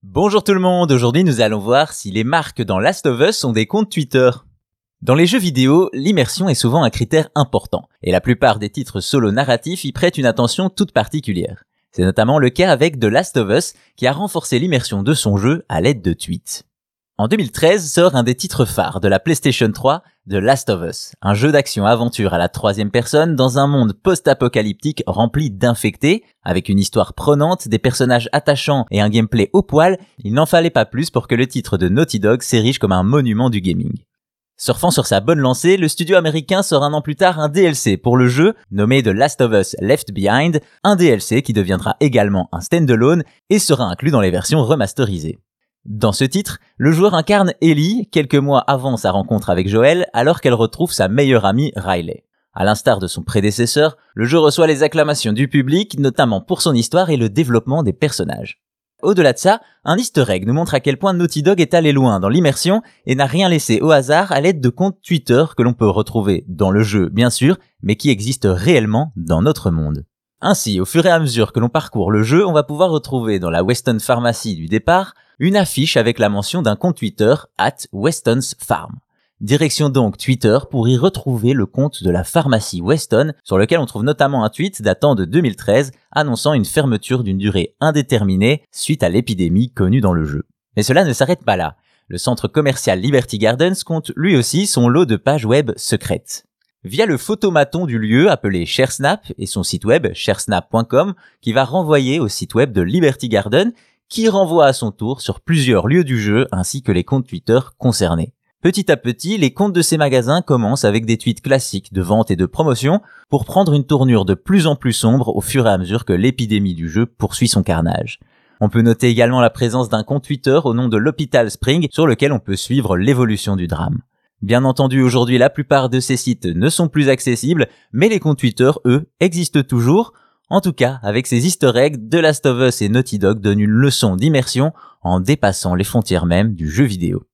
Bonjour tout le monde, aujourd'hui nous allons voir si les marques dans Last of Us ont des comptes Twitter. Dans les jeux vidéo, l'immersion est souvent un critère important, et la plupart des titres solo narratifs y prêtent une attention toute particulière. C'est notamment le cas avec The Last of Us, qui a renforcé l'immersion de son jeu à l'aide de tweets. En 2013 sort un des titres phares de la PlayStation 3, The Last of Us, un jeu d'action-aventure à la troisième personne dans un monde post-apocalyptique rempli d'infectés, avec une histoire prenante, des personnages attachants et un gameplay au poil. Il n'en fallait pas plus pour que le titre de Naughty Dog s'érige comme un monument du gaming. Surfant sur sa bonne lancée, le studio américain sort un an plus tard un DLC pour le jeu, nommé The Last of Us Left Behind, un DLC qui deviendra également un standalone et sera inclus dans les versions remasterisées. Dans ce titre, le joueur incarne Ellie, quelques mois avant sa rencontre avec Joel, alors qu'elle retrouve sa meilleure amie Riley. À l'instar de son prédécesseur, le jeu reçoit les acclamations du public, notamment pour son histoire et le développement des personnages. Au-delà de ça, un easter egg nous montre à quel point Naughty Dog est allé loin dans l'immersion et n'a rien laissé au hasard à l'aide de comptes Twitter que l'on peut retrouver dans le jeu bien sûr, mais qui existent réellement dans notre monde. Ainsi, au fur et à mesure que l'on parcourt le jeu, on va pouvoir retrouver dans la Weston Pharmacy du départ une affiche avec la mention d'un compte Twitter @Weston's Farm. Direction donc Twitter pour y retrouver le compte de la pharmacie Weston, sur lequel on trouve notamment un tweet datant de 2013 annonçant une fermeture d'une durée indéterminée suite à l'épidémie connue dans le jeu. Mais cela ne s'arrête pas là. Le centre commercial Liberty Gardens compte lui aussi son lot de pages web secrètes. Via le photomaton du lieu appelé ShareSnap et son site web sharesnap.com qui va renvoyer au site web de Liberty Garden qui renvoie à son tour sur plusieurs lieux du jeu ainsi que les comptes Twitter concernés. Petit à petit, les comptes de ces magasins commencent avec des tweets classiques de vente et de promotion pour prendre une tournure de plus en plus sombre au fur et à mesure que l'épidémie du jeu poursuit son carnage. On peut noter également la présence d'un compte Twitter au nom de l'hôpital Spring sur lequel on peut suivre l'évolution du drame. Bien entendu, aujourd'hui, la plupart de ces sites ne sont plus accessibles, mais les comptes Twitter, eux, existent toujours. En tout cas, avec ces easter eggs, The Last of Us et Naughty Dog donnent une leçon d'immersion en dépassant les frontières même du jeu vidéo.